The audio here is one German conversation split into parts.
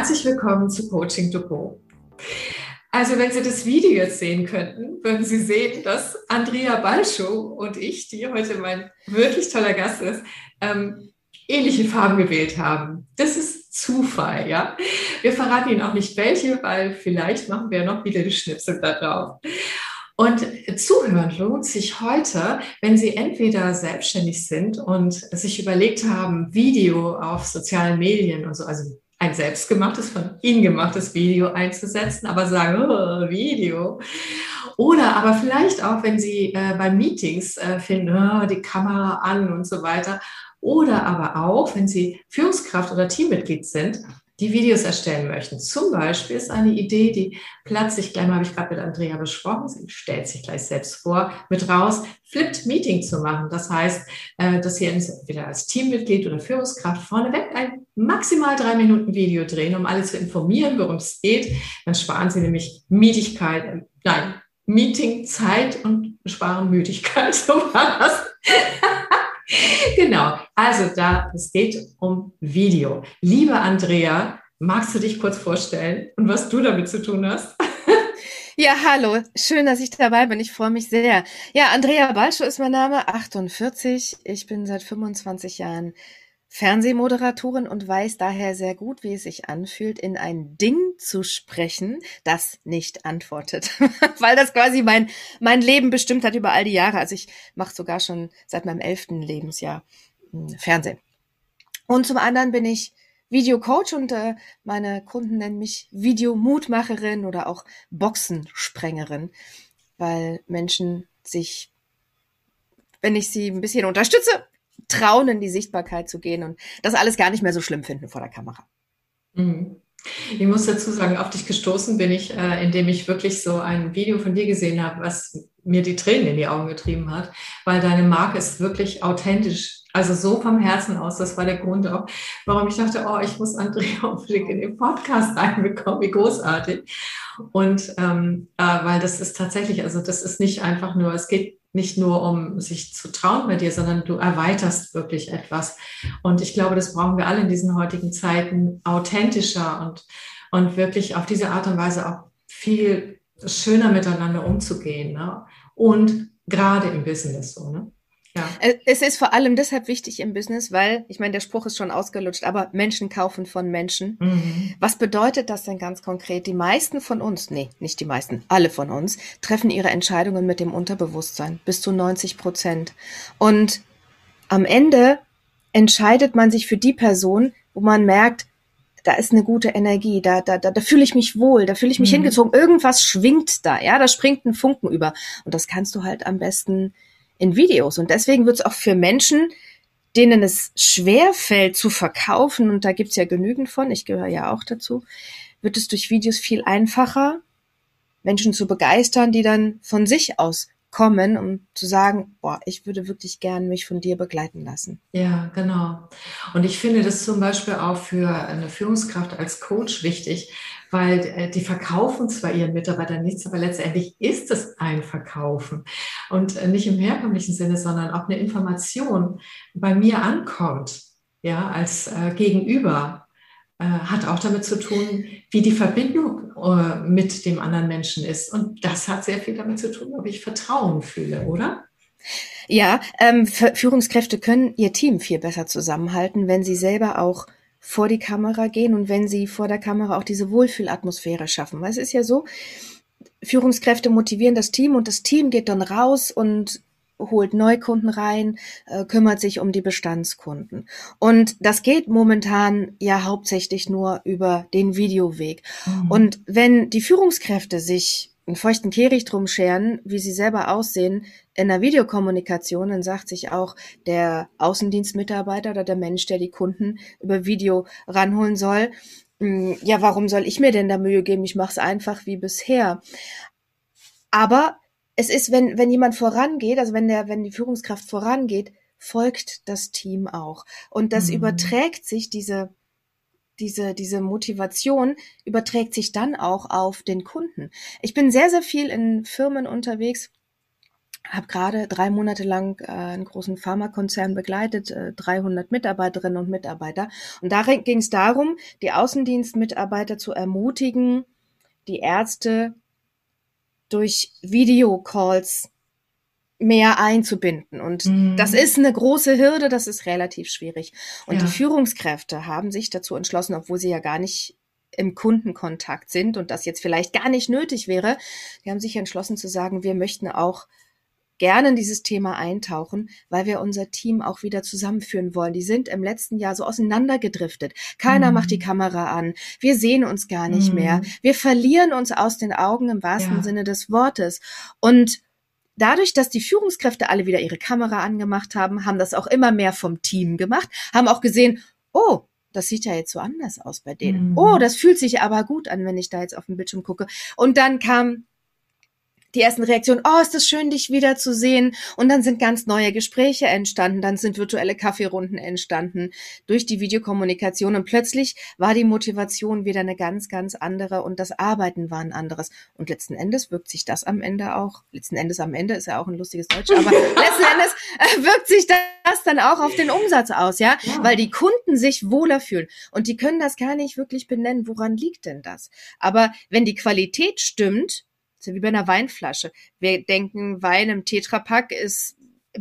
Herzlich willkommen zu Coaching to Go. Also wenn Sie das Video jetzt sehen könnten, würden Sie sehen, dass Andrea Balschow und ich, die heute mein wirklich toller Gast ist, ähnliche Farben gewählt haben. Das ist Zufall, ja. Wir verraten Ihnen auch nicht welche, weil vielleicht machen wir noch wieder die Schnipsel da drauf. Und zuhören lohnt sich heute, wenn Sie entweder selbstständig sind und sich überlegt haben, Video auf sozialen Medien und so, also ein selbstgemachtes, von Ihnen gemachtes Video einzusetzen, aber sagen, oh, Video. Oder aber vielleicht auch, wenn Sie bei Meetings finden, oh, die Kamera an und so weiter. Oder aber auch, wenn Sie Führungskraft oder Teammitglied sind, die Videos erstellen möchten. Zum Beispiel ist eine Idee, die platzt sich gleich mal, habe ich gerade mit Andrea besprochen, sie stellt sich gleich selbst vor, mit raus, Flipped Meeting zu machen. Das heißt, dass Sie entweder als Teammitglied oder Führungskraft vorneweg ein maximal 3 Minuten Video drehen, um alle zu informieren, worum es geht. Dann sparen Sie nämlich Meetingzeit und sparen Müdigkeit. So war das. Genau, also es geht um Video. Liebe Andrea, magst du dich kurz vorstellen und was du damit zu tun hast? Ja, hallo. Schön, dass ich dabei bin. Ich freue mich sehr. Ja, Andrea Balschow ist mein Name, 48. Ich bin seit 25 Jahren Fernsehmoderatorin und weiß daher sehr gut, wie es sich anfühlt, in ein Ding zu sprechen, das nicht antwortet. Weil das quasi mein Leben bestimmt hat über all die Jahre. Also ich mache sogar schon seit meinem 11. Lebensjahr Fernsehen. Und zum anderen bin ich Videocoach und meine Kunden nennen mich Videomutmacherin oder auch Boxensprengerin, weil Menschen sich, wenn ich sie ein bisschen unterstütze, trauen, in die Sichtbarkeit zu gehen und das alles gar nicht mehr so schlimm finden vor der Kamera. Mhm. Ich muss dazu sagen, auf dich gestoßen bin ich, indem ich wirklich so ein Video von dir gesehen habe, was mir die Tränen in die Augen getrieben hat, weil deine Marke ist wirklich authentisch, also so vom Herzen aus. Das war der Grund auch, warum ich dachte, oh, ich muss Andrea unbedingt in den Podcast reinbekommen, wie großartig. Und weil das ist tatsächlich, also das ist nicht einfach nur, es geht nicht nur um sich zu trauen bei dir, sondern du erweiterst wirklich etwas. Und ich glaube, das brauchen wir alle in diesen heutigen Zeiten, authentischer und wirklich auf diese Art und Weise auch viel schöner miteinander umzugehen. Ne? Und gerade im Business so, ne? Ja. Es ist vor allem deshalb wichtig im Business, weil, ich meine, der Spruch ist schon ausgelutscht, aber Menschen kaufen von Menschen. Mhm. Was bedeutet das denn ganz konkret? Die meisten von uns, nee, nicht die meisten, alle von uns, treffen ihre Entscheidungen mit dem Unterbewusstsein, bis zu 90%. Und am Ende entscheidet man sich für die Person, wo man merkt, da ist eine gute Energie, da fühle ich mich wohl, da fühle ich mich Mhm. hingezogen, irgendwas schwingt da, ja, da springt ein Funken über. Und das kannst du halt am besten in Videos. Und deswegen wird es auch für Menschen, denen es schwer fällt zu verkaufen, und da gibt's ja genügend von, ich gehöre ja auch dazu, wird es durch Videos viel einfacher, Menschen zu begeistern, die dann von sich aus kommen, um zu sagen, boah, ich würde wirklich gern mich von dir begleiten lassen. Ja, genau. Und ich finde das zum Beispiel auch für eine Führungskraft als Coach wichtig, weil die verkaufen zwar ihren Mitarbeitern nichts, aber letztendlich ist es ein Verkaufen. Und nicht im herkömmlichen Sinne, sondern auch eine Information bei mir ankommt, ja, als Gegenüber, hat auch damit zu tun, wie die Verbindung mit dem anderen Menschen ist. Und das hat sehr viel damit zu tun, ob ich Vertrauen fühle, oder? Ja, Führungskräfte können ihr Team viel besser zusammenhalten, wenn sie selber auch vor die Kamera gehen und wenn sie vor der Kamera auch diese Wohlfühlatmosphäre schaffen. Weil es ist ja so, Führungskräfte motivieren das Team und das Team geht dann raus und holt Neukunden rein, kümmert sich um die Bestandskunden. Und das geht momentan ja hauptsächlich nur über den Videoweg. Mhm. Und wenn die Führungskräfte sich einen feuchten Kehricht drum scheren, wie sie selber aussehen in der Videokommunikation, dann sagt sich auch der Außendienstmitarbeiter oder der Mensch, der die Kunden über Video ranholen soll, ja, warum soll ich mir denn da Mühe geben? Ich mache es einfach wie bisher. Aber es ist, wenn jemand vorangeht, also wenn die Führungskraft vorangeht, folgt das Team auch. Und das Mhm. überträgt sich, diese Motivation überträgt sich dann auch auf den Kunden. Ich bin sehr, sehr viel in Firmen unterwegs, habe gerade 3 Monate lang einen großen Pharmakonzern begleitet, 300 Mitarbeiterinnen und Mitarbeiter. Und da ging es darum, die Außendienstmitarbeiter zu ermutigen, die Ärzte durch Videocalls mehr einzubinden. Und das ist eine große Hürde, das ist relativ schwierig. Und die Führungskräfte haben sich dazu entschlossen, obwohl sie ja gar nicht im Kundenkontakt sind und das jetzt vielleicht gar nicht nötig wäre, die haben sich entschlossen zu sagen, wir möchten auch gerne in dieses Thema eintauchen, weil wir unser Team auch wieder zusammenführen wollen. Die sind im letzten Jahr so auseinandergedriftet. Keiner macht die Kamera an. Wir sehen uns gar nicht mehr. Wir verlieren uns aus den Augen im wahrsten Sinne des Wortes. Und dadurch, dass die Führungskräfte alle wieder ihre Kamera angemacht haben, haben das auch immer mehr vom Team gemacht, haben auch gesehen, oh, das sieht ja jetzt so anders aus bei denen. Oh, das fühlt sich aber gut an, wenn ich da jetzt auf den Bildschirm gucke. Und dann kam die ersten Reaktionen, oh, ist das schön, dich wiederzusehen. Und dann sind ganz neue Gespräche entstanden, dann sind virtuelle Kaffeerunden entstanden durch die Videokommunikation. Und plötzlich war die Motivation wieder eine ganz, ganz andere und das Arbeiten war ein anderes. Und letzten Endes wirkt sich das am Ende auch, letzten Endes am Ende ist ja auch ein lustiges Deutsch, aber letzten Endes wirkt sich das dann auch auf den Umsatz aus, ja, weil die Kunden sich wohler fühlen. Und die können das gar nicht wirklich benennen, woran liegt denn das? Aber wenn die Qualität stimmt, so wie bei einer Weinflasche. Wir denken, Wein im Tetrapack ist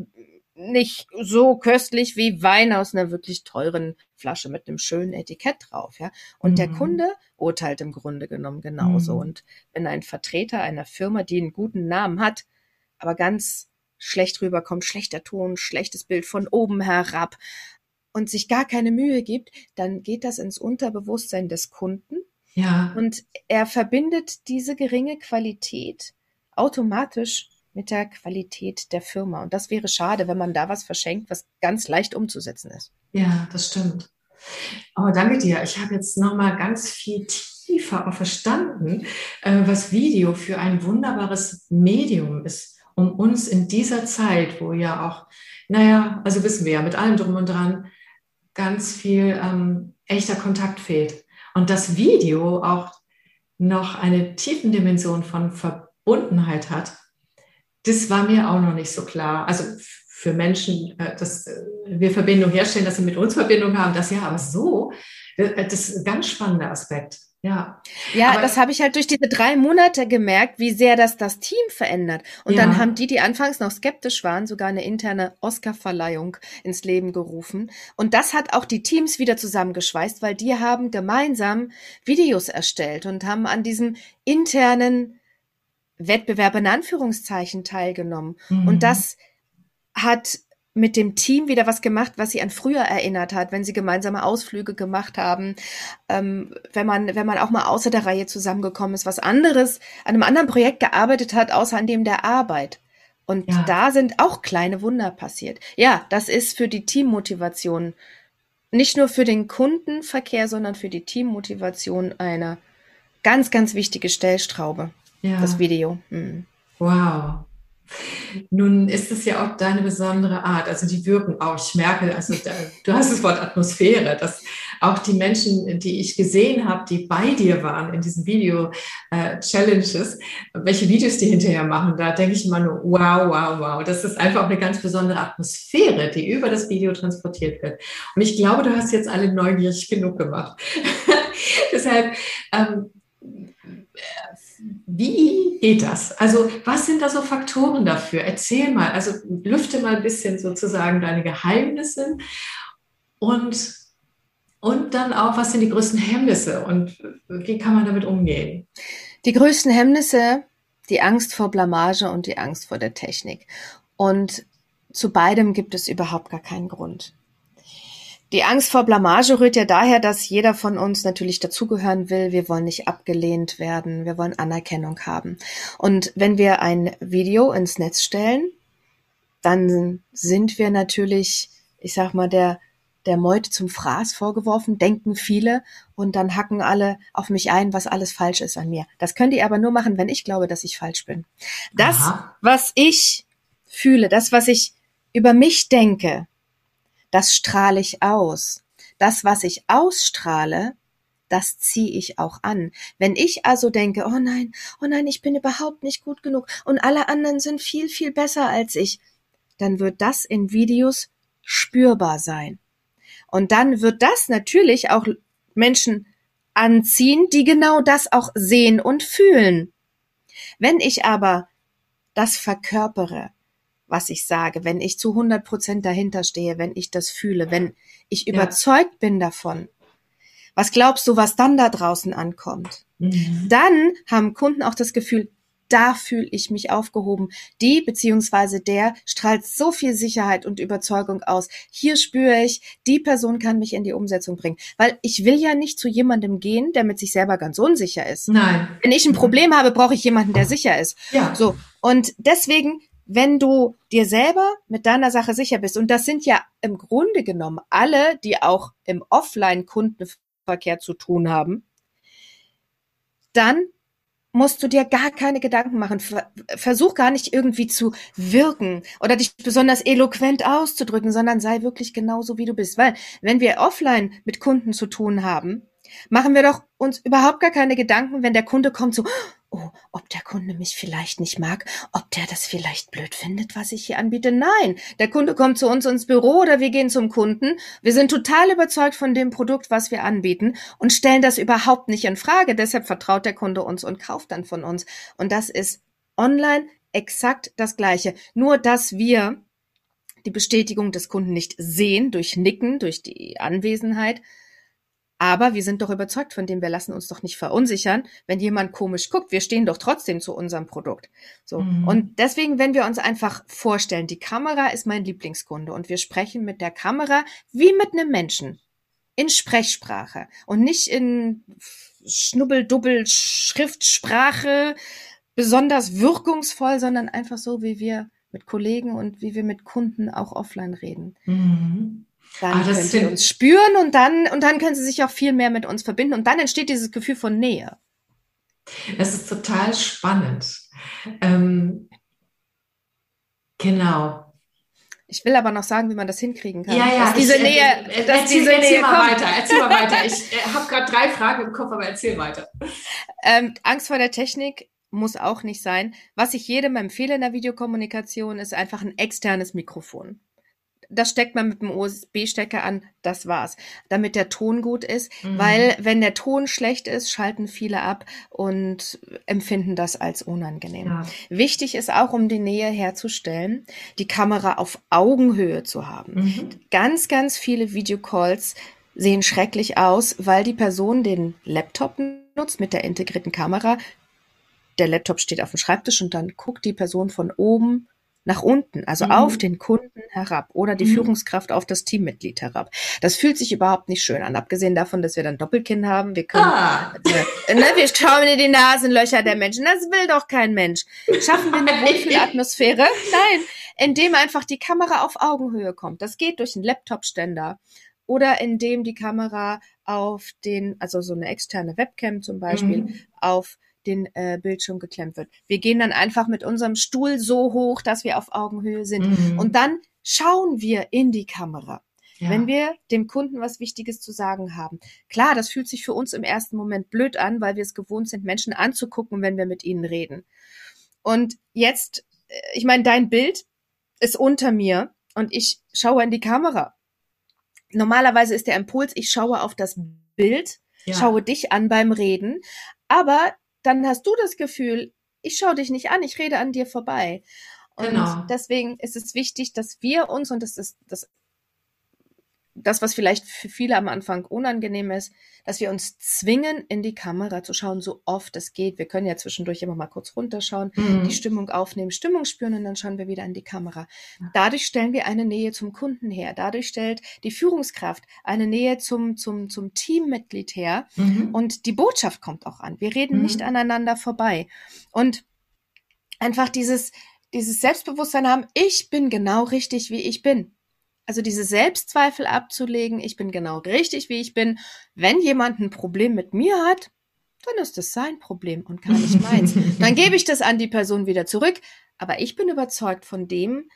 nicht so köstlich wie Wein aus einer wirklich teuren Flasche mit einem schönen Etikett drauf, ja. Und der Kunde urteilt im Grunde genommen genauso. Und wenn ein Vertreter einer Firma, die einen guten Namen hat, aber ganz schlecht rüberkommt, schlechter Ton, schlechtes Bild von oben herab und sich gar keine Mühe gibt, dann geht das ins Unterbewusstsein des Kunden. Ja. Und er verbindet diese geringe Qualität automatisch mit der Qualität der Firma. Und das wäre schade, wenn man da was verschenkt, was ganz leicht umzusetzen ist. Ja, das stimmt. Aber danke dir. Ich habe jetzt nochmal ganz viel tiefer auch verstanden, was Video für ein wunderbares Medium ist, um uns in dieser Zeit, wo ja auch, also wissen wir ja, mit allem drum und dran, ganz viel echter Kontakt fehlt. Und das Video auch noch eine tiefen Dimension von Verbundenheit hat, das war mir auch noch nicht so klar. Also für Menschen, dass wir Verbindung herstellen, dass sie mit uns Verbindung haben, das ja, aber so, das ist ein ganz spannender Aspekt. Ja, aber das habe ich halt durch diese 3 Monate gemerkt, wie sehr das Team verändert. Und dann haben die anfangs noch skeptisch waren, sogar eine interne Oscar-Verleihung ins Leben gerufen. Und das hat auch die Teams wieder zusammengeschweißt, weil die haben gemeinsam Videos erstellt und haben an diesem internen Wettbewerb in Anführungszeichen teilgenommen. Und das hat mit dem Team wieder was gemacht, was sie an früher erinnert hat, wenn sie gemeinsame Ausflüge gemacht haben, wenn man auch mal außer der Reihe zusammengekommen ist, was anderes, an einem anderen Projekt gearbeitet hat, außer an dem der Arbeit. Und da sind auch kleine Wunder passiert. Ja, das ist für die Teammotivation, nicht nur für den Kundenverkehr, sondern für die Teammotivation eine ganz, ganz wichtige Stellschraube, das Video. Wow. Nun ist es ja auch deine besondere Art, also die wirken auch, ich merke, also du hast das Wort Atmosphäre, dass auch die Menschen, die ich gesehen habe, die bei dir waren in diesen Video-Challenges, welche Videos die hinterher machen, da denke ich immer nur, wow, das ist einfach eine ganz besondere Atmosphäre, die über das Video transportiert wird. Und ich glaube, du hast jetzt alle neugierig genug gemacht. Deshalb, wie geht das? Also was sind da so Faktoren dafür? Erzähl mal, also lüfte mal ein bisschen sozusagen deine Geheimnisse und dann auch, was sind die größten Hemmnisse und wie kann man damit umgehen? Die größten Hemmnisse, die Angst vor Blamage und die Angst vor der Technik. Und zu beidem gibt es überhaupt gar keinen Grund. Die Angst vor Blamage rührt ja daher, dass jeder von uns natürlich dazugehören will. Wir wollen nicht abgelehnt werden. Wir wollen Anerkennung haben. Und wenn wir ein Video ins Netz stellen, dann sind wir natürlich, ich sag mal, der Meute zum Fraß vorgeworfen, denken viele. Und dann hacken alle auf mich ein, was alles falsch ist an mir. Das könnt ihr aber nur machen, wenn ich glaube, dass ich falsch bin. Das, was ich fühle, das, was ich über mich denke, das strahle ich aus. Das, was ich ausstrahle, das ziehe ich auch an. Wenn ich also denke, oh nein, ich bin überhaupt nicht gut genug und alle anderen sind viel, viel besser als ich, dann wird das in Videos spürbar sein. Und dann wird das natürlich auch Menschen anziehen, die genau das auch sehen und fühlen. Wenn ich aber das verkörpere, was ich sage, wenn ich zu 100% dahinter stehe, wenn ich das fühle, wenn ich überzeugt bin davon, was glaubst du, was dann da draußen ankommt? Dann haben Kunden auch das Gefühl, da fühle ich mich aufgehoben. Die bzw. der strahlt so viel Sicherheit und Überzeugung aus. Hier spüre ich, die Person kann mich in die Umsetzung bringen. Weil ich will ja nicht zu jemandem gehen, der mit sich selber ganz unsicher ist. Nein. Wenn ich ein Problem habe, brauche ich jemanden, der sicher ist. Ja. So. Und deswegen, wenn du dir selber mit deiner Sache sicher bist, und das sind ja im Grunde genommen alle, die auch im Offline-Kundenverkehr zu tun haben, dann musst du dir gar keine Gedanken machen. Versuch gar nicht irgendwie zu wirken oder dich besonders eloquent auszudrücken, sondern sei wirklich genauso, wie du bist. Weil wenn wir offline mit Kunden zu tun haben, machen wir doch uns überhaupt gar keine Gedanken, wenn der Kunde kommt, so, oh, ob der Kunde mich vielleicht nicht mag, ob der das vielleicht blöd findet, was ich hier anbiete. Nein, der Kunde kommt zu uns ins Büro oder wir gehen zum Kunden. Wir sind total überzeugt von dem Produkt, was wir anbieten und stellen das überhaupt nicht in Frage. Deshalb vertraut der Kunde uns und kauft dann von uns. Und das ist online exakt das Gleiche. Nur, dass wir die Bestätigung des Kunden nicht sehen durch Nicken, durch die Anwesenheit. Aber wir sind doch überzeugt von dem, wir lassen uns doch nicht verunsichern, wenn jemand komisch guckt. Wir stehen doch trotzdem zu unserem Produkt. So. Und deswegen, wenn wir uns einfach vorstellen, die Kamera ist mein Lieblingskunde und wir sprechen mit der Kamera wie mit einem Menschen in Sprechsprache und nicht in Schnubbel-Dubbel-Schriftsprache, besonders wirkungsvoll, sondern einfach so, wie wir mit Kollegen und wie wir mit Kunden auch offline reden. Dann können sie uns spüren und dann können sie sich auch viel mehr mit uns verbinden und dann entsteht dieses Gefühl von Nähe. Das ist total spannend. Genau. Ich will aber noch sagen, wie man das hinkriegen kann. Ja, dass diese Nähe, erzähl mal weiter. Ich habe gerade 3 Fragen im Kopf, aber erzähl weiter. Angst vor der Technik muss auch nicht sein. Was ich jedem empfehle in der Videokommunikation, ist einfach ein externes Mikrofon. Das steckt man mit dem USB-Stecker an, das war's. Damit der Ton gut ist, weil wenn der Ton schlecht ist, schalten viele ab und empfinden das als unangenehm. Ja. Wichtig ist auch, um die Nähe herzustellen, die Kamera auf Augenhöhe zu haben. Ganz, ganz viele Videocalls sehen schrecklich aus, weil die Person den Laptop nutzt mit der integrierten Kamera. Der Laptop steht auf dem Schreibtisch und dann guckt die Person von oben nach unten, also auf den Kunden herab oder die Führungskraft auf das Teammitglied herab. Das fühlt sich überhaupt nicht schön an, abgesehen davon, dass wir dann Doppelkinn haben. Wir können, wir schauen in die Nasenlöcher der Menschen. Das will doch kein Mensch. Schaffen wir eine Wohlfühlatmosphäre? Nein, indem einfach die Kamera auf Augenhöhe kommt. Das geht durch einen Laptopständer oder indem die Kamera auf den, also so eine externe Webcam zum Beispiel, auf den Bildschirm geklemmt wird. Wir gehen dann einfach mit unserem Stuhl so hoch, dass wir auf Augenhöhe sind. Und dann schauen wir in die Kamera, wenn wir dem Kunden was Wichtiges zu sagen haben. Klar, das fühlt sich für uns im ersten Moment blöd an, weil wir es gewohnt sind, Menschen anzugucken, wenn wir mit ihnen reden. Und jetzt, ich meine, dein Bild ist unter mir und ich schaue in die Kamera. Normalerweise ist der Impuls, ich schaue auf das Bild, schaue dich an beim Reden, aber dann hast du das Gefühl, ich schaue dich nicht an, ich rede an dir vorbei. Und deswegen ist es wichtig, dass wir uns, und das ist das, was vielleicht für viele am Anfang unangenehm ist, dass wir uns zwingen, in die Kamera zu schauen, so oft es geht. Wir können ja zwischendurch immer mal kurz runterschauen, die Stimmung aufnehmen, Stimmung spüren und dann schauen wir wieder in die Kamera. Dadurch stellen wir eine Nähe zum Kunden her. Dadurch stellt die Führungskraft eine Nähe zum Teammitglied her und die Botschaft kommt auch an. Wir reden nicht aneinander vorbei. Und einfach dieses Selbstbewusstsein haben, ich bin genau richtig, wie ich bin. Also diese Selbstzweifel abzulegen, ich bin genau richtig, wie ich bin. Wenn jemand ein Problem mit mir hat, dann ist das sein Problem und gar nicht meins. Dann gebe ich das an die Person wieder zurück. Aber ich bin überzeugt von dem,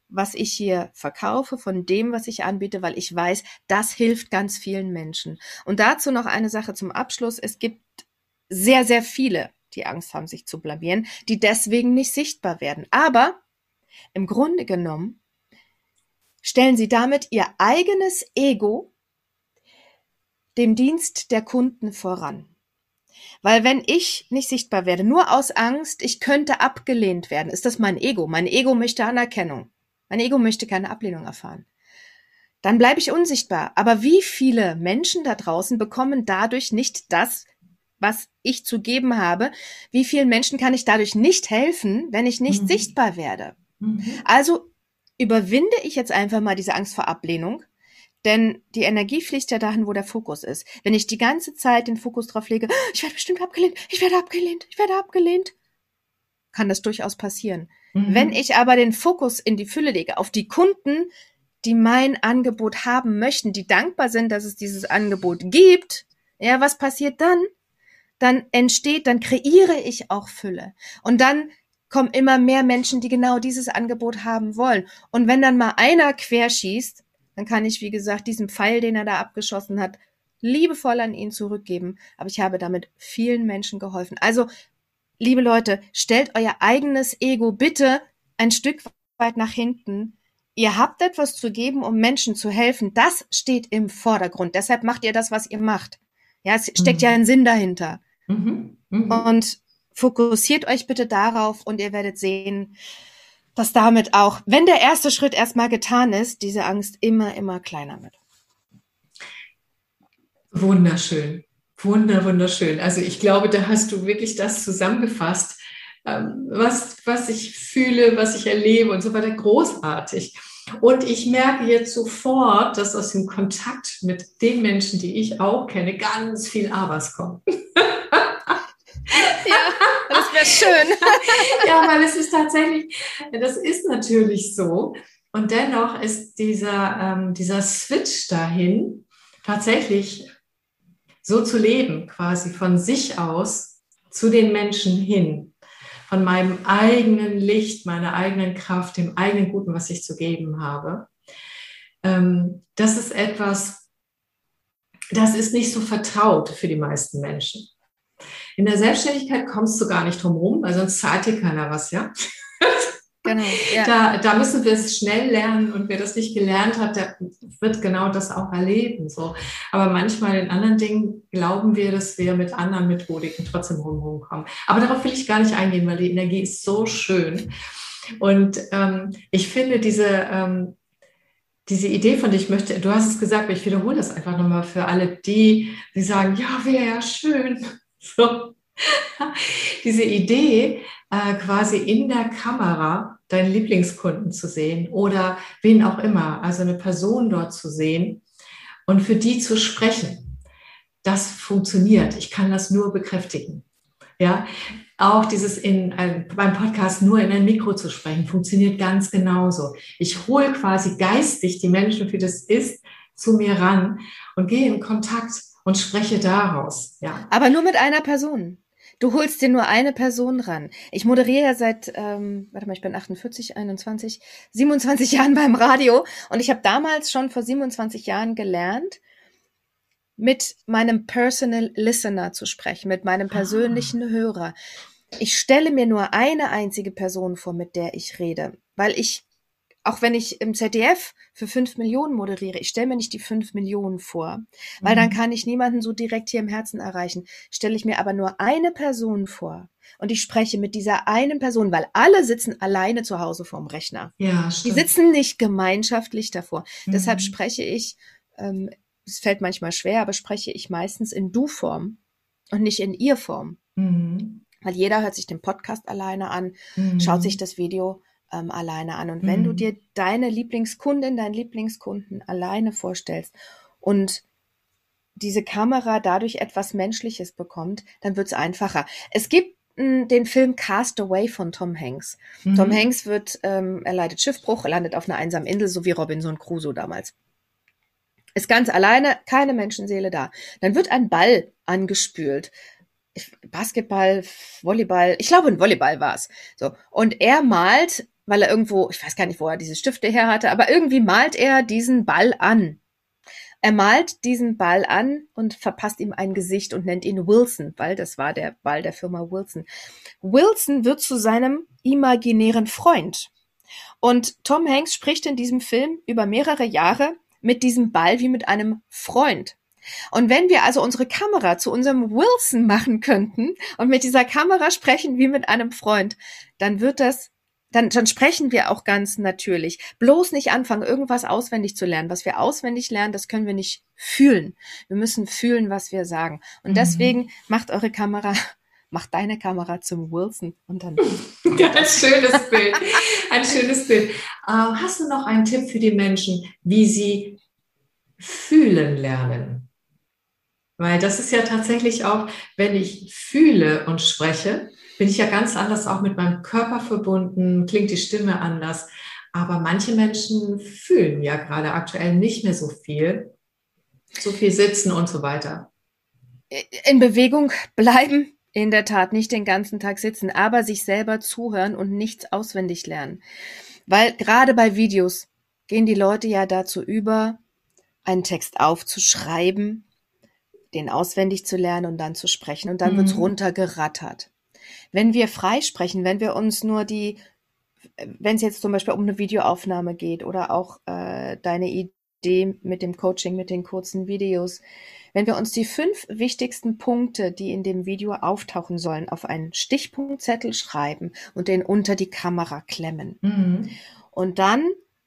was ich hier verkaufe, von dem, was ich anbiete, weil ich weiß, das hilft ganz vielen Menschen. Und dazu noch eine Sache zum Abschluss. Es gibt sehr, sehr viele, die Angst haben, sich zu blamieren, die deswegen nicht sichtbar werden. Aber im Grunde genommen stellen sie damit ihr eigenes Ego dem Dienst der Kunden voran. Weil wenn ich nicht sichtbar werde, nur aus Angst, ich könnte abgelehnt werden, ist das mein Ego. Mein Ego möchte Anerkennung. Mein Ego möchte keine Ablehnung erfahren. Dann bleibe ich unsichtbar. Aber wie viele Menschen da draußen bekommen dadurch nicht das, was ich zu geben habe? Wie vielen Menschen kann ich dadurch nicht helfen, wenn ich nicht sichtbar werde? Also überwinde ich jetzt einfach mal diese Angst vor Ablehnung, denn die Energie fließt ja dahin, wo der Fokus ist. Wenn ich die ganze Zeit den Fokus drauf lege, ich werde bestimmt abgelehnt, ich werde abgelehnt, kann das durchaus passieren. Wenn ich aber den Fokus in die Fülle lege, auf die Kunden, die mein Angebot haben möchten, die dankbar sind, dass es dieses Angebot gibt, ja, was passiert dann? Dann kreiere ich auch Fülle. Und dann kommen immer mehr Menschen, die genau dieses Angebot haben wollen. Und wenn dann mal einer querschießt, dann kann ich, wie gesagt, diesen Pfeil, den er da abgeschossen hat, liebevoll an ihn zurückgeben. Aber ich habe damit vielen Menschen geholfen. Also, liebe Leute, stellt euer eigenes Ego bitte ein Stück weit nach hinten. Ihr habt etwas zu geben, um Menschen zu helfen. Das steht im Vordergrund. Deshalb macht ihr das, was ihr macht. Ja, es steckt ja ein Sinn dahinter. Und fokussiert euch bitte darauf und ihr werdet sehen, dass damit auch, wenn der erste Schritt erstmal getan ist, diese Angst immer, immer kleiner wird. Wunderschön. Wunderschön. Also ich glaube, da hast du wirklich das zusammengefasst, was ich fühle, was ich erlebe und so weiter. Großartig. Und ich merke jetzt sofort, dass aus dem Kontakt mit den Menschen, die ich auch kenne, ganz viel Abers kommt. Ja, das wäre schön. Ja, weil es ist tatsächlich, das ist natürlich so. Und dennoch ist dieser Switch dahin, tatsächlich so zu leben, quasi von sich aus zu den Menschen hin, von meinem eigenen Licht, meiner eigenen Kraft, dem eigenen Guten, was ich zu geben habe. Das ist etwas, das ist nicht so vertraut für die meisten Menschen. In der Selbstständigkeit kommst du gar nicht drum rum, weil sonst zahlt dir keiner was, ja? Genau, ja. Da müssen wir es schnell lernen und wer das nicht gelernt hat, der wird genau das auch erleben. So. Aber manchmal in anderen Dingen glauben wir, dass wir mit anderen Methodiken trotzdem rumkommen. Aber darauf will ich gar nicht eingehen, weil die Energie ist so schön. Und ich finde diese Idee von dir, du hast es gesagt, aber ich wiederhole das einfach nochmal für alle, die sagen, ja, wäre ja schön. So. Diese Idee, quasi in der Kamera deinen Lieblingskunden zu sehen oder wen auch immer, also eine Person dort zu sehen und für die zu sprechen, das funktioniert. Ich kann das nur bekräftigen. Ja, auch dieses beim Podcast nur in ein Mikro zu sprechen, funktioniert ganz genauso. Ich hole quasi geistig die Menschen, wie das ist, zu mir ran und gehe in Kontakt und spreche daraus. Ja. Aber nur mit einer Person. Du holst dir nur eine Person ran. Ich moderiere ja seit, ich bin 48, 21, 27 Jahren beim Radio und ich habe damals schon vor 27 Jahren gelernt, mit meinem Personal Listener zu sprechen, mit meinem persönlichen Hörer. Ich stelle mir nur eine einzige Person vor, mit der ich rede, weil auch wenn ich im ZDF für 5 Millionen moderiere, ich stelle mir nicht die 5 Millionen vor, weil dann kann ich niemanden so direkt hier im Herzen erreichen. Stelle ich mir aber nur eine Person vor und ich spreche mit dieser einen Person, weil alle sitzen alleine zu Hause vorm Rechner. Ja, stimmt. Die sitzen nicht gemeinschaftlich davor. Deshalb spreche ich, es fällt manchmal schwer, aber spreche ich meistens in Du-Form und nicht in Ihr-Form. Weil jeder hört sich den Podcast alleine an, schaut sich das Video alleine an. Und wenn du dir deine Lieblingskundin, deinen Lieblingskunden alleine vorstellst und diese Kamera dadurch etwas Menschliches bekommt, dann wird es einfacher. Es gibt den Film Cast Away von Tom Hanks. Tom Hanks er leidet Schiffbruch, landet auf einer einsamen Insel, so wie Robinson Crusoe damals. Ist ganz alleine, keine Menschenseele da. Dann wird ein Ball angespült. Basketball, Volleyball, ich glaube ein Volleyball war es. So. Und er malt weil er irgendwo, ich weiß gar nicht, wo er diese Stifte her hatte, aber irgendwie malt er diesen Ball an. Er malt diesen Ball an und verpasst ihm ein Gesicht und nennt ihn Wilson, weil das war der Ball der Firma Wilson. Wilson wird zu seinem imaginären Freund. Und Tom Hanks spricht in diesem Film über mehrere Jahre mit diesem Ball wie mit einem Freund. Und wenn wir also unsere Kamera zu unserem Wilson machen könnten und mit dieser Kamera sprechen wie mit einem Freund, dann wird das dann sprechen wir auch ganz natürlich. Bloß nicht anfangen, irgendwas auswendig zu lernen. Was wir auswendig lernen, das können wir nicht fühlen. Wir müssen fühlen, was wir sagen. Und deswegen macht deine Kamera zum Wilson und dann. Ein schönes Bild. Ein schönes Bild. Hast du noch einen Tipp für die Menschen, wie sie fühlen lernen? Weil das ist ja tatsächlich auch, wenn ich fühle und spreche, bin ich ja ganz anders auch mit meinem Körper verbunden, klingt die Stimme anders. Aber manche Menschen fühlen ja gerade aktuell nicht mehr so viel sitzen und so weiter. In Bewegung bleiben, in der Tat nicht den ganzen Tag sitzen, aber sich selber zuhören und nichts auswendig lernen. Weil gerade bei Videos gehen die Leute ja dazu über, einen Text aufzuschreiben, den auswendig zu lernen und dann zu sprechen. Und dann wird's runtergerattert. Wenn wir frei sprechen, wenn wir uns nur wenn es jetzt zum Beispiel um eine Videoaufnahme geht oder auch deine Idee mit dem Coaching, mit den kurzen Videos, wenn wir uns die 5 wichtigsten Punkte, die in dem Video auftauchen sollen, auf einen Stichpunktzettel schreiben und den unter die Kamera klemmen. Und dann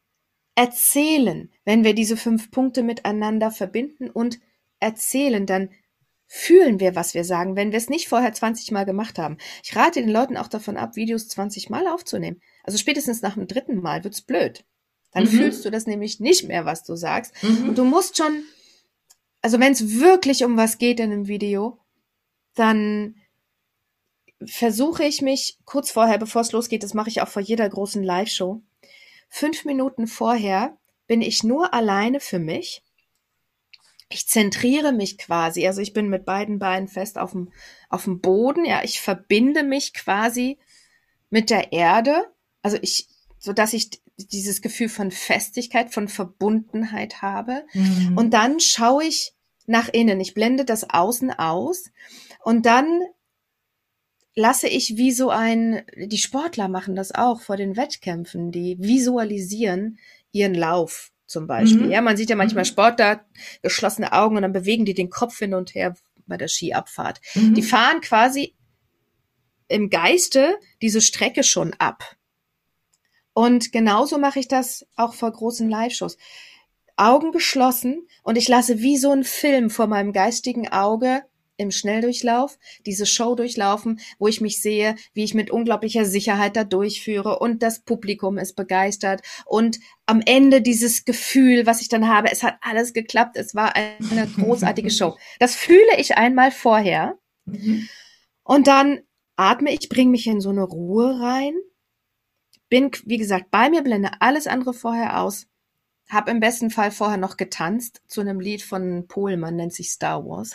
erzählen, wenn wir diese 5 Punkte miteinander verbinden und erzählen, dann fühlen wir, was wir sagen, wenn wir es nicht vorher 20 Mal gemacht haben. Ich rate den Leuten auch davon ab, Videos 20 Mal aufzunehmen. Also spätestens nach dem 3. Mal wird's blöd. Dann fühlst du das nämlich nicht mehr, was du sagst. Und du musst schon, also wenn es wirklich um was geht in einem Video, dann versuche ich mich kurz vorher, bevor es losgeht, das mache ich auch vor jeder großen Live-Show, 5 Minuten vorher bin ich nur alleine für mich. Ich zentriere mich quasi, also ich bin mit beiden Beinen fest auf dem Boden, ja, ich verbinde mich quasi mit der Erde, also sodass ich dieses Gefühl von Festigkeit, von Verbundenheit habe. Und dann schaue ich nach innen, ich blende das Außen aus und dann lasse ich die Sportler machen das auch vor den Wettkämpfen, die visualisieren ihren Lauf. Zum Beispiel. Ja, man sieht ja manchmal Sportler, geschlossene Augen und dann bewegen die den Kopf hin und her bei der Skiabfahrt. Die fahren quasi im Geiste diese Strecke schon ab. Und genauso mache ich das auch vor großen Live-Shows. Augen geschlossen und ich lasse wie so ein Film vor meinem geistigen Auge im Schnelldurchlauf diese Show durchlaufen, wo ich mich sehe, wie ich mit unglaublicher Sicherheit da durchführe und das Publikum ist begeistert und am Ende dieses Gefühl, was ich dann habe, es hat alles geklappt, es war eine großartige Show. Das fühle ich einmal vorher und dann atme ich, bringe mich in so eine Ruhe rein, bin, wie gesagt, bei mir, blende alles andere vorher aus, habe im besten Fall vorher noch getanzt zu einem Lied von Pohlmann, nennt sich Star Wars.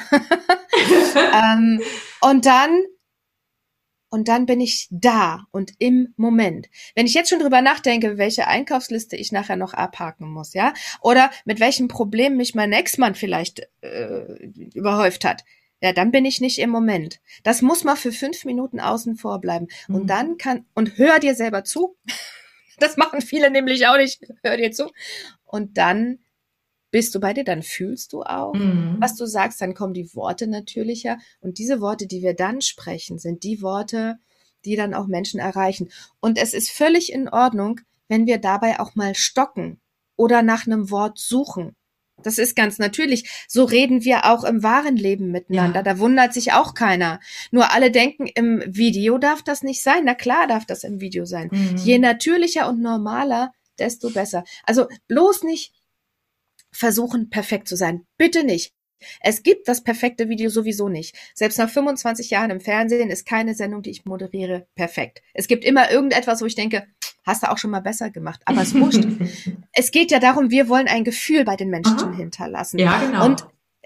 Und dann bin ich da und im Moment. Wenn ich jetzt schon drüber nachdenke, welche Einkaufsliste ich nachher noch abhaken muss, ja, oder mit welchem Problem mich mein Ex-Mann vielleicht überhäuft hat, ja, dann bin ich nicht im Moment. Das muss mal für 5 Minuten außen vor bleiben. Und dann hör dir selber zu. Das machen viele nämlich auch nicht. Hör dir zu. Und dann bist du bei dir, dann fühlst du auch, was du sagst, dann kommen die Worte natürlicher. Und diese Worte, die wir dann sprechen, sind die Worte, die dann auch Menschen erreichen. Und es ist völlig in Ordnung, wenn wir dabei auch mal stocken oder nach einem Wort suchen. Das ist ganz natürlich. So reden wir auch im wahren Leben miteinander. Ja. Da wundert sich auch keiner. Nur alle denken, im Video darf das nicht sein. Na klar darf das im Video sein. Je natürlicher und normaler, desto besser. Also bloß nicht versuchen, perfekt zu sein. Bitte nicht. Es gibt das perfekte Video sowieso nicht. Selbst nach 25 Jahren im Fernsehen ist keine Sendung, die ich moderiere, perfekt. Es gibt immer irgendetwas, wo ich denke, hast du auch schon mal besser gemacht. Aber es wurscht. Es geht ja darum, wir wollen ein Gefühl bei den Menschen hinterlassen. Ja, genau. Und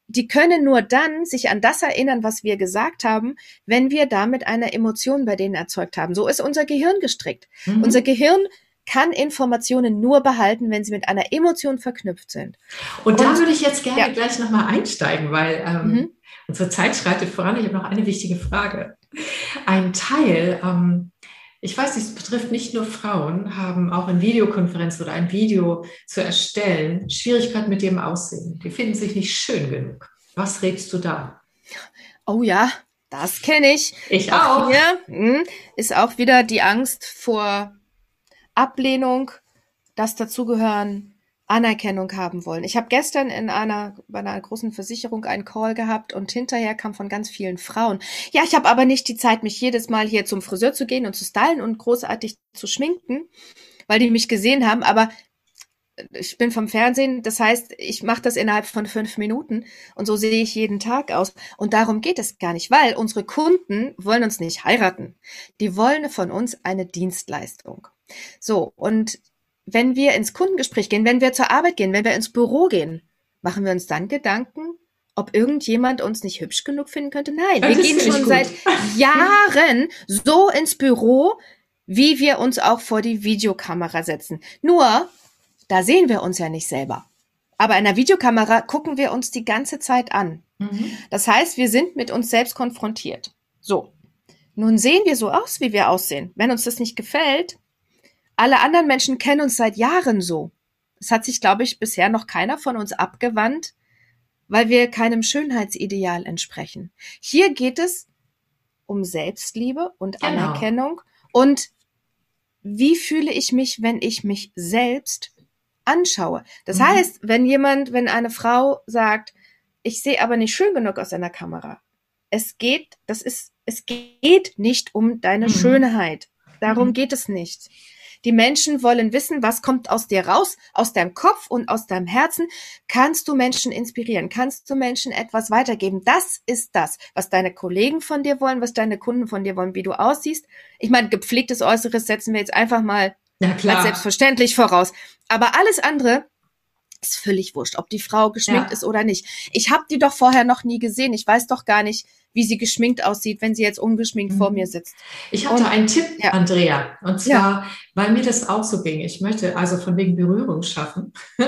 die können nur dann sich an das erinnern, was wir gesagt haben, wenn wir damit eine Emotion bei denen erzeugt haben. So ist unser Gehirn gestrickt. Unser Gehirn kann Informationen nur behalten, wenn sie mit einer Emotion verknüpft sind. Und da würde ich jetzt gerne gleich nochmal einsteigen, weil unsere Zeit schreitet voran. Ich habe noch eine wichtige Frage. Ein Teil, ich weiß nicht, es betrifft nicht nur Frauen, haben auch in Videokonferenz oder ein Video zu erstellen Schwierigkeiten mit dem Aussehen. Die finden sich nicht schön genug. Was rätst du da? Oh ja, das kenne ich. Ich auch. Hier ist auch wieder die Angst vor Ablehnung, das Dazugehören, Anerkennung haben wollen. Ich habe gestern bei einer großen Versicherung einen Call gehabt und hinterher kam von ganz vielen Frauen: Ja, ich habe aber nicht die Zeit, mich jedes Mal hier zum Friseur zu gehen und zu stylen und großartig zu schminken, weil die mich gesehen haben, aber ich bin vom Fernsehen, das heißt, ich mache das innerhalb von 5 Minuten und so sehe ich jeden Tag aus. Und darum geht es gar nicht, weil unsere Kunden wollen uns nicht heiraten. Die wollen von uns eine Dienstleistung. So, und wenn wir ins Kundengespräch gehen, wenn wir zur Arbeit gehen, wenn wir ins Büro gehen, machen wir uns dann Gedanken, ob irgendjemand uns nicht hübsch genug finden könnte? Nein, wir gehen schon seit Jahren so ins Büro, wie wir uns auch vor die Videokamera setzen. Nur, da sehen wir uns ja nicht selber. Aber in der Videokamera gucken wir uns die ganze Zeit an. Das heißt, wir sind mit uns selbst konfrontiert. So, nun sehen wir so aus, wie wir aussehen. Wenn uns das nicht gefällt, alle anderen Menschen kennen uns seit Jahren so. Es hat sich, glaube ich, bisher noch keiner von uns abgewandt, weil wir keinem Schönheitsideal entsprechen. Hier geht es um Selbstliebe und Anerkennung. Und wie fühle ich mich, wenn ich mich selbst anschaue? Das heißt, wenn eine Frau sagt, ich sehe aber nicht schön genug aus einer Kamera. Es geht nicht um deine Schönheit. Darum geht es nicht. Die Menschen wollen wissen, was kommt aus dir raus, aus deinem Kopf und aus deinem Herzen. Kannst du Menschen inspirieren? Kannst du Menschen etwas weitergeben? Das ist das, was deine Kollegen von dir wollen, was deine Kunden von dir wollen, wie du aussiehst. Ich meine, gepflegtes Äußeres setzen wir jetzt einfach mal als selbstverständlich voraus. Aber alles andere ist völlig wurscht, ob die Frau geschminkt ist oder nicht. Ich habe die doch vorher noch nie gesehen. Ich weiß doch gar nicht, wie sie geschminkt aussieht, wenn sie jetzt ungeschminkt vor mir sitzt. Ich hatte einen Tipp, Andrea, und zwar, weil mir das auch so ging. Ich möchte also von wegen Berührung schaffen.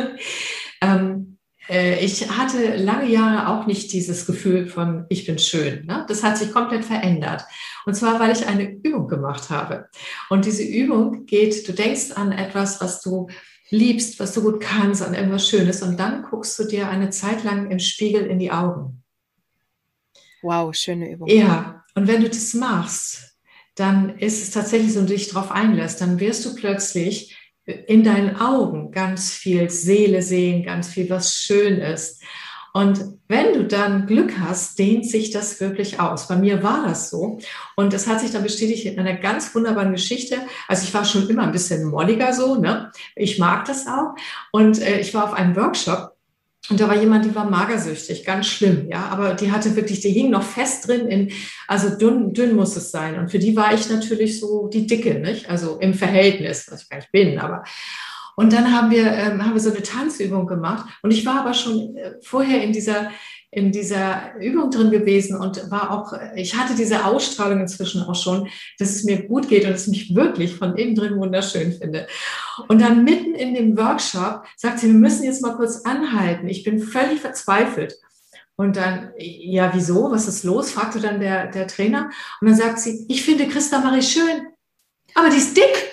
Ich hatte lange Jahre auch nicht dieses Gefühl von, ich bin schön. Ne? Das hat sich komplett verändert. Und zwar, weil ich eine Übung gemacht habe. Und diese Übung geht, du denkst an etwas, was du liebst, was du gut kannst, an irgendwas Schönes. Und dann guckst du dir eine Zeit lang im Spiegel in die Augen. Wow, schöne Übung. Ja, und wenn du das machst, dann ist es tatsächlich so, wenn du dich darauf einlässt, dann wirst du plötzlich in deinen Augen ganz viel Seele sehen, ganz viel, was schön ist. Und wenn du dann Glück hast, dehnt sich das wirklich aus. Bei mir war das so. Und das hat sich dann bestätigt in einer ganz wunderbaren Geschichte. Also ich war schon immer ein bisschen molliger so, ne? Ich mag das auch. Und ich war auf einem Workshop. Und da war jemand, die war magersüchtig, ganz schlimm, ja, aber die hing noch fest drin also dünn muss es sein. Und für die war ich natürlich so die Dicke, nicht? Also im Verhältnis, was ich gar nicht bin, aber. Und dann haben wir so eine Tanzübung gemacht. Und ich war aber schon vorher in dieser Übung drin gewesen und ich hatte diese Ausstrahlung inzwischen auch schon, dass es mir gut geht und dass ich mich wirklich von innen drin wunderschön finde. Und dann mitten in dem Workshop sagt sie, wir müssen jetzt mal kurz anhalten. Ich bin völlig verzweifelt. Und dann, ja, wieso? Was ist los? Fragte dann der Trainer. Und dann sagt sie, ich finde Christa Marie schön, aber die ist dick.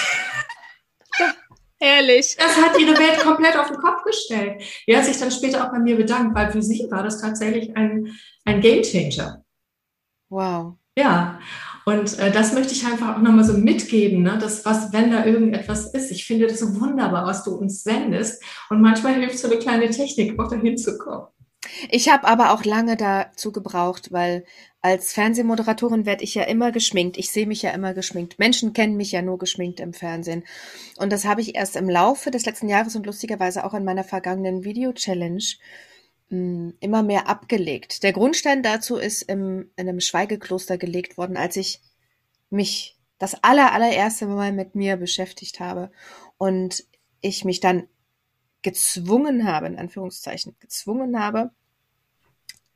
Herrlich. Das hat ihre Welt komplett auf den Kopf gestellt. Die hat sich dann später auch bei mir bedankt, weil für sie war das tatsächlich ein Gamechanger. Wow. Ja, und das möchte ich einfach auch nochmal so mitgeben, ne? Wenn da irgendetwas ist. Ich finde das so wunderbar, was du uns sendest. Und manchmal hilft so eine kleine Technik, auch dahin zu kommen. Ich habe aber auch lange dazu gebraucht, weil als Fernsehmoderatorin werde ich ja immer geschminkt. Ich sehe mich ja immer geschminkt. Menschen kennen mich ja nur geschminkt im Fernsehen. Und das habe ich erst im Laufe des letzten Jahres und lustigerweise auch in meiner vergangenen Video-Challenge immer mehr abgelegt. Der Grundstein dazu ist in einem Schweigekloster gelegt worden, als ich mich das allererste Mal mit mir beschäftigt habe und ich mich dann gezwungen habe,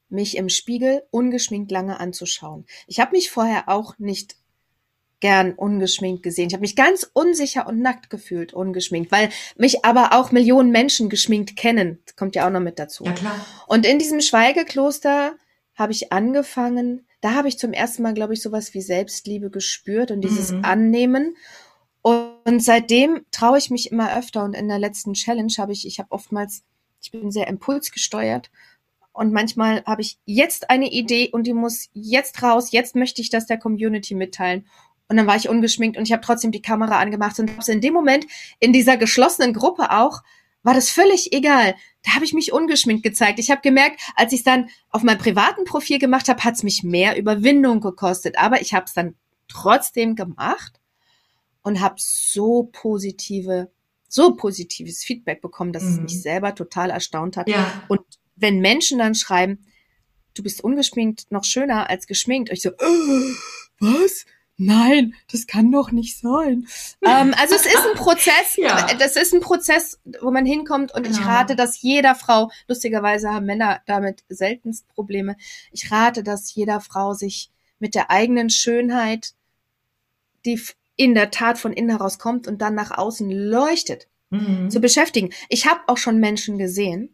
mich im Spiegel ungeschminkt lange anzuschauen. Ich habe mich vorher auch nicht gern ungeschminkt gesehen. Ich habe mich ganz unsicher und nackt gefühlt, ungeschminkt, weil mich aber auch Millionen Menschen geschminkt kennen. Das kommt ja auch noch mit dazu. Ja, klar. Und in diesem Schweigekloster habe ich angefangen, da habe ich zum ersten Mal, glaube ich, sowas wie Selbstliebe gespürt und dieses Annehmen. Und seitdem traue ich mich immer öfter. Und in der letzten Challenge ich bin sehr impulsgesteuert. Und manchmal habe ich jetzt eine Idee und die muss jetzt raus. Jetzt möchte ich das der Community mitteilen. Und dann war ich ungeschminkt und ich habe trotzdem die Kamera angemacht und in dem Moment in dieser geschlossenen Gruppe auch, war das völlig egal. Da habe ich mich ungeschminkt gezeigt. Ich habe gemerkt, als ich es dann auf meinem privaten Profil gemacht habe, hat es mich mehr Überwindung gekostet. Aber ich habe es dann trotzdem gemacht und habe so positives Feedback bekommen, dass es mich selber total erstaunt hat. Ja. Und wenn Menschen dann schreiben, du bist ungeschminkt noch schöner als geschminkt, und ich so, was? Nein, das kann doch nicht sein. Also es ist ein Prozess, das ist ein Prozess, wo man hinkommt und ich rate das jeder Frau, lustigerweise haben Männer damit seltenst Probleme, ich rate das jeder Frau, sich mit der eigenen Schönheit, die in der Tat von innen heraus kommt und dann nach außen leuchtet, zu beschäftigen. Ich habe auch schon Menschen gesehen,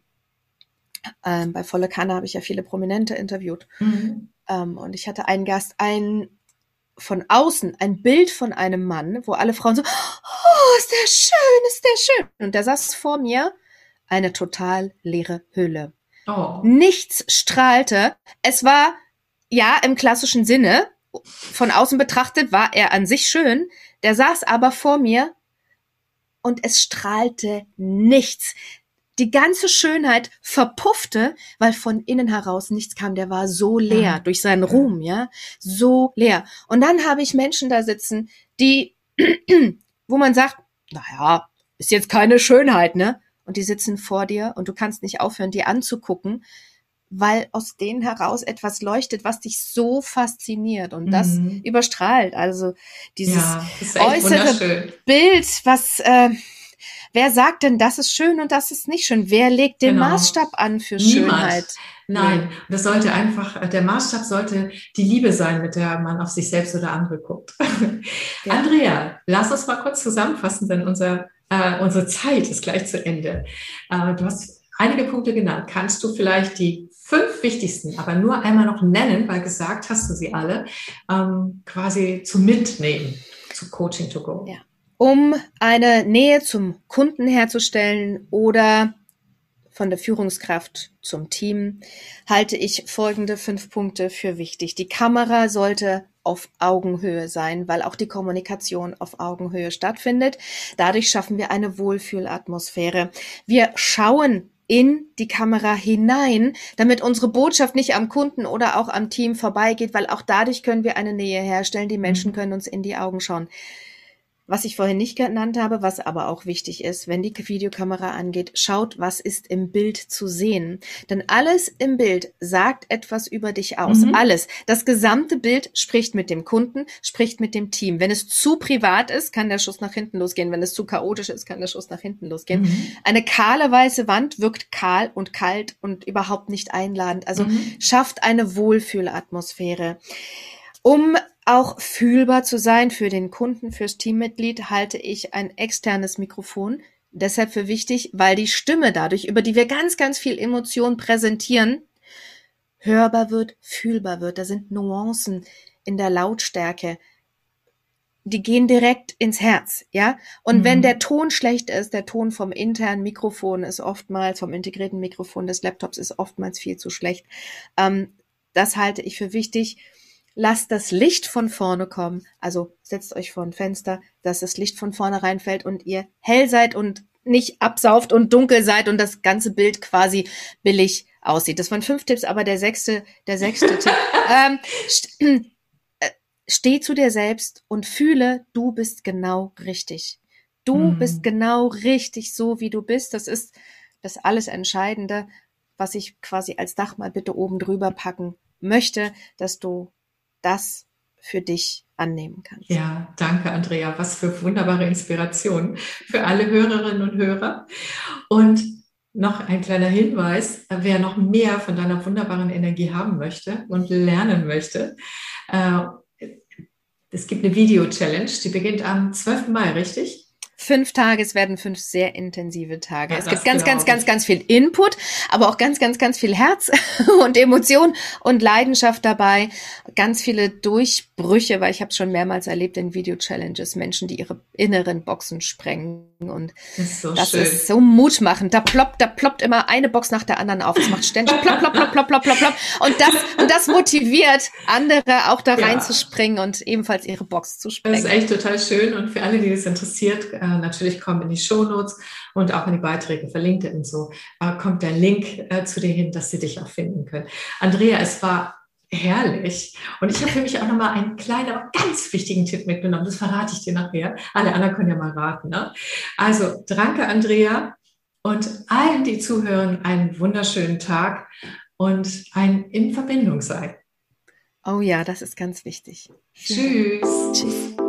bei Volle Kanne habe ich ja viele Prominente interviewt, und ich hatte einen Gast, von außen ein Bild von einem Mann, wo alle Frauen so, oh, ist der schön. Und der saß vor mir, eine total leere Hülle. Oh. Nichts strahlte. Es war, ja, im klassischen Sinne, von außen betrachtet war er an sich schön, der saß aber vor mir und es strahlte nichts. Die ganze Schönheit verpuffte, weil von innen heraus nichts kam. Der war so leer durch seinen Ruhm, ja, so leer. Und dann habe ich Menschen da sitzen, die, wo man sagt, naja, ist jetzt keine Schönheit, ne? Und die sitzen vor dir und du kannst nicht aufhören, die anzugucken, weil aus denen heraus etwas leuchtet, was dich so fasziniert und das überstrahlt. Also dieses äußere Bild, was wer sagt denn, das ist schön und das ist nicht schön? Wer legt den Maßstab an für Schönheit? Nein, das sollte einfach, der Maßstab sollte die Liebe sein, mit der man auf sich selbst oder andere guckt. Ja. Andrea, lass uns mal kurz zusammenfassen, denn unsere Zeit ist gleich zu Ende. Du hast einige Punkte genannt. Kannst du vielleicht die 5 wichtigsten, aber nur einmal noch nennen, weil gesagt hast du sie alle, quasi zum Mitnehmen, zu Coaching to Go? Ja. Um eine Nähe zum Kunden herzustellen oder von der Führungskraft zum Team, halte ich folgende 5 Punkte für wichtig. Die Kamera sollte auf Augenhöhe sein, weil auch die Kommunikation auf Augenhöhe stattfindet. Dadurch schaffen wir eine Wohlfühlatmosphäre. Wir schauen in die Kamera hinein, damit unsere Botschaft nicht am Kunden oder auch am Team vorbeigeht, weil auch dadurch können wir eine Nähe herstellen. Die Menschen können uns in die Augen schauen. Was ich vorhin nicht genannt habe, was aber auch wichtig ist, wenn die Videokamera angeht, schaut, was ist im Bild zu sehen. Denn alles im Bild sagt etwas über dich aus. Alles. Das gesamte Bild spricht mit dem Kunden, spricht mit dem Team. Wenn es zu privat ist, kann der Schuss nach hinten losgehen. Wenn es zu chaotisch ist, kann der Schuss nach hinten losgehen. Eine kahle weiße Wand wirkt kahl und kalt und überhaupt nicht einladend. Also schafft eine Wohlfühlatmosphäre. Um auch fühlbar zu sein für den Kunden, fürs Teammitglied, halte ich ein externes Mikrofon deshalb für wichtig, weil die Stimme dadurch, über die wir ganz, ganz viel Emotion präsentieren, hörbar wird, fühlbar wird. Da sind Nuancen in der Lautstärke. Die gehen direkt ins Herz, ja? Und wenn der Ton schlecht ist, der Ton vom internen Mikrofon ist oftmals, vom integrierten Mikrofon des Laptops ist oftmals viel zu schlecht. Das halte ich für wichtig. Lasst das Licht von vorne kommen, also setzt euch vor ein Fenster, dass das Licht von vorne reinfällt und ihr hell seid und nicht absauft und dunkel seid und das ganze Bild quasi billig aussieht. Das waren 5 Tipps, aber der sechste Tipp. Steh zu dir selbst und fühle, du bist genau richtig. Du bist genau richtig, so wie du bist. Das ist das alles Entscheidende, was ich quasi als Dach mal bitte oben drüber packen möchte, dass du das für dich annehmen kannst. Ja, danke, Andrea. Was für wunderbare Inspiration für alle Hörerinnen und Hörer. Und noch ein kleiner Hinweis, wer noch mehr von deiner wunderbaren Energie haben möchte und lernen möchte. Äh, Es gibt eine Video-Challenge, die beginnt am 12. Mai, richtig? 5 Tage, es werden 5 sehr intensive Tage. Ja, Es gibt das ganz, ganz, glaube ganz, ich. ganz viel Input, aber auch ganz, ganz, ganz viel Herz und Emotion und Leidenschaft dabei. Ganz viele Durchbrüche, weil ich habe es schon mehrmals erlebt in Video-Challenges, Menschen, die ihre inneren Boxen sprengen. Und Das ist so das schön. ist so mutmachend. Da ploppt immer eine Box nach der anderen auf. Es macht ständig plopp, plopp, plopp, plopp, plopp, plopp, plopp. Und das motiviert andere auch da Ja, reinzuspringen und ebenfalls ihre Box zu das ist sprengen. echt total schön. Und für alle, die das interessiert, natürlich kommen in die Shownotes und auch in die Beiträge verlinkt und so, kommt der Link zu dir hin, dass sie dich auch finden können. Andrea, es war herrlich. Und ich habe für mich auch nochmal einen kleinen, aber ganz wichtigen Tipp mitgenommen. Das verrate ich dir nachher. Alle anderen können ja mal raten. Ne? Also, danke, Andrea. Und allen, die zuhören, einen wunderschönen Tag und ein in Verbindung sein. Oh ja, das ist ganz wichtig. Vielen Dank. Tschüss. Tschüss.